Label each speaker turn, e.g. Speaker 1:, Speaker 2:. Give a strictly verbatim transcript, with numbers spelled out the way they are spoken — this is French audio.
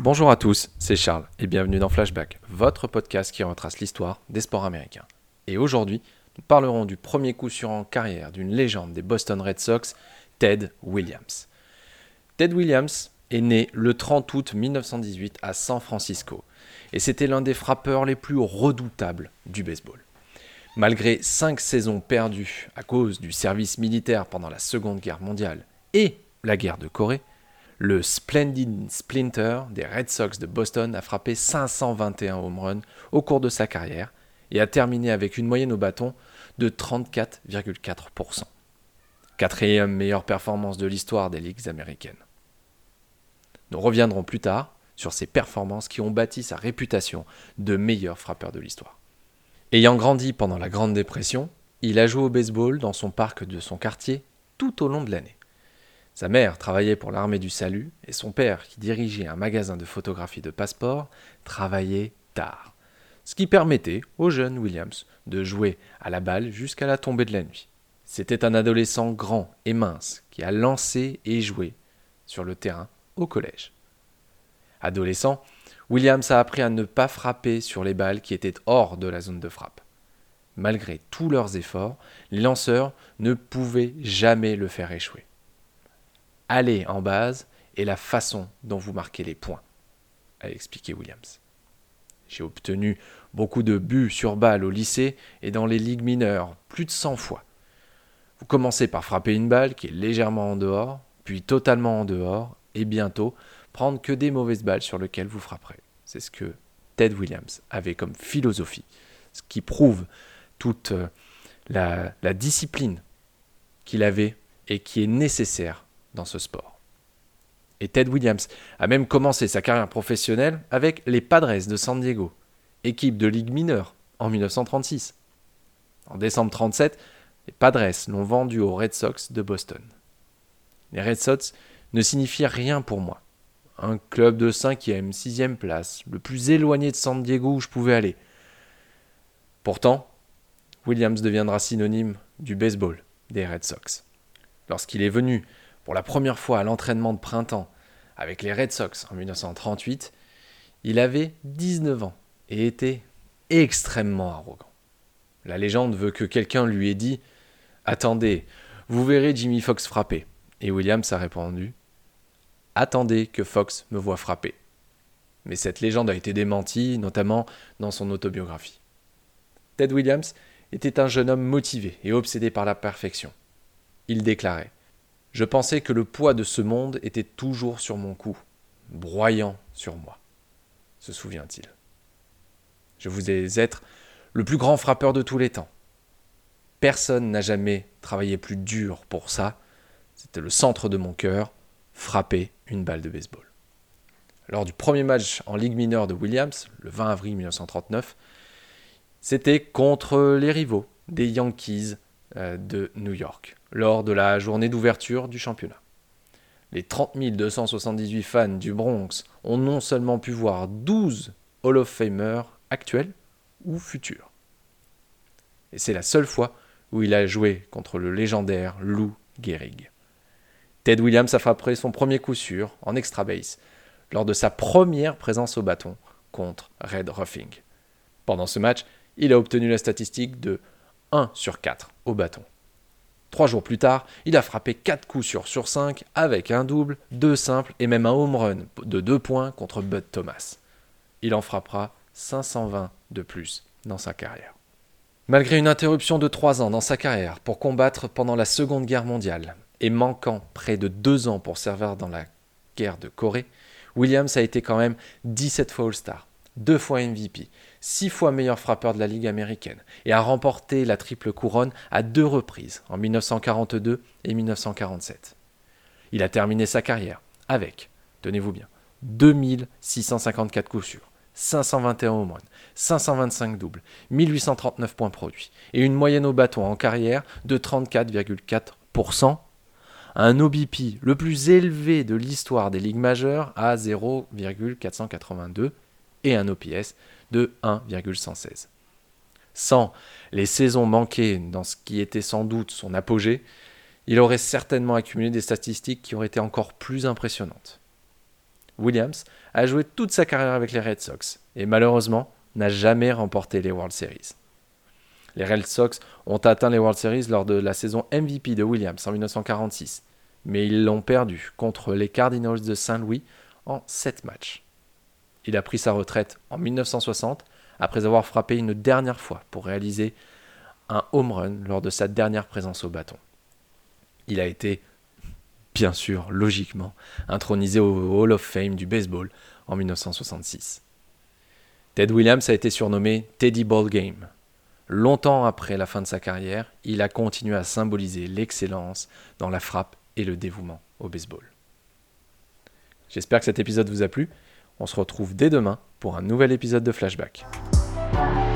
Speaker 1: Bonjour à tous, c'est Charles et bienvenue dans Flashback, votre podcast qui retrace l'histoire des sports américains. Et aujourd'hui, nous parlerons du premier coup sûr en carrière d'une légende des Boston Red Sox, Ted Williams. Ted Williams est né le trente août mille neuf cent dix-huit à San Francisco et c'était l'un des frappeurs les plus redoutables du baseball. Malgré cinq saisons perdues à cause du service militaire pendant la Seconde Guerre mondiale et la guerre de Corée, le Splendid Splinter des Red Sox de Boston a frappé cinq cent vingt et un home runs au cours de sa carrière et a terminé avec une moyenne au bâton de trente-quatre virgule quatre pour cent. Quatrième meilleure performance de l'histoire des ligues américaines. Nous reviendrons plus tard sur ces performances qui ont bâti sa réputation de meilleur frappeur de l'histoire. Ayant grandi pendant la Grande Dépression, il a joué au baseball dans son parc de son quartier tout au long de l'année. Sa mère travaillait pour l'armée du salut et son père, qui dirigeait un magasin de photographie de passeports, travaillait tard. Ce qui permettait au jeune Williams de jouer à la balle jusqu'à la tombée de la nuit. C'était un adolescent grand et mince qui a lancé et joué sur le terrain au collège. Adolescent, Williams a appris à ne pas frapper sur les balles qui étaient hors de la zone de frappe. Malgré tous leurs efforts, les lanceurs ne pouvaient jamais le faire échouer. Aller en base est la façon dont vous marquez les points, a expliqué Williams. J'ai obtenu beaucoup de buts sur balle au lycée et dans les ligues mineures, plus de cent fois. Vous commencez par frapper une balle qui est légèrement en dehors, puis totalement en dehors, et bientôt prendre que des mauvaises balles sur lesquelles vous frapperez. C'est ce que Ted Williams avait comme philosophie, ce qui prouve toute la, la discipline qu'il avait et qui est nécessaire dans ce sport. Et Ted Williams a même commencé sa carrière professionnelle avec les Padres de San Diego, équipe de ligue mineure, en dix-neuf cent trente-six. En décembre trente-sept, les Padres l'ont vendu aux Red Sox de Boston. Les Red Sox ne signifiaient rien pour moi. Un club de cinquième, sixième place, le plus éloigné de San Diego où je pouvais aller. Pourtant, Williams deviendra synonyme du baseball des Red Sox. Lorsqu'il est venu pour la première fois à l'entraînement de printemps avec les Red Sox en dix-neuf cent trente-huit, il avait dix-neuf ans et était extrêmement arrogant. La légende veut que quelqu'un lui ait dit « Attendez, vous verrez Jimmy Foxx frapper ». Et Williams a répondu « Attendez que Fox me voie frapper ». Mais cette légende a été démentie, notamment dans son autobiographie. Ted Williams était un jeune homme motivé et obsédé par la perfection. Il déclarait « Je pensais que le poids de ce monde était toujours sur mon cou, broyant sur moi », se souvient-il. Je voulais être le plus grand frappeur de tous les temps. Personne n'a jamais travaillé plus dur pour ça. C'était le centre de mon cœur, frapper une balle de baseball. Lors du premier match en Ligue mineure de Williams, le vingt avril mille neuf cent trente-neuf, c'était contre les rivaux des Yankees de New York, lors de la journée d'ouverture du championnat. Les trente mille deux cent soixante-dix-huit fans du Bronx ont non seulement pu voir douze Hall of Famers actuels ou futurs. Et c'est la seule fois où il a joué contre le légendaire Lou Gehrig. Ted Williams a frappé son premier coup sûr en extra base lors de sa première présence au bâton contre Red Ruffing. Pendant ce match, il a obtenu la statistique de un sur quatre au bâton. Trois jours plus tard, il a frappé quatre coups sûrs sur cinq avec un double, deux simples et même un home run de deux points contre Bud Thomas. Il en frappera cinq cent vingt de plus dans sa carrière. Malgré une interruption de trois ans dans sa carrière pour combattre pendant la Seconde Guerre mondiale et manquant près de deux ans pour servir dans la guerre de Corée, Williams a été quand même dix-sept fois All-Star, deux fois M V P, six fois meilleur frappeur de la Ligue américaine et a remporté la triple couronne à deux reprises, en dix-neuf cent quarante-deux et dix-neuf cent quarante-sept. Il a terminé sa carrière avec, tenez-vous bien, deux mille six cent cinquante-quatre coups sûrs, cinq cent vingt et un home runs, cinq cent vingt-cinq doubles, mille huit cent trente-neuf points produits et une moyenne au bâton en carrière de trente-quatre virgule quatre pour cent, un O B P le plus élevé de l'histoire des ligues majeures à zéro virgule quatre cent quatre-vingt-deux et un O P S de un virgule cent seize. Sans les saisons manquées dans ce qui était sans doute son apogée, il aurait certainement accumulé des statistiques qui auraient été encore plus impressionnantes. Williams a joué toute sa carrière avec les Red Sox et malheureusement n'a jamais remporté les World Series. Les Red Sox ont atteint les World Series lors de la saison M V P de Williams en dix-neuf cent quarante-six, mais ils l'ont perdu contre les Cardinals de Saint-Louis en sept matchs. Il a pris sa retraite en dix-neuf cent soixante après avoir frappé une dernière fois pour réaliser un home run lors de sa dernière présence au bâton. Il a été, bien sûr, logiquement, intronisé au Hall of Fame du baseball en dix-neuf cent soixante-six. Ted Williams a été surnommé Teddy Ballgame. Longtemps après la fin de sa carrière, il a continué à symboliser l'excellence dans la frappe et le dévouement au baseball. J'espère que cet épisode vous a plu. On se retrouve dès demain pour un nouvel épisode de Flashback.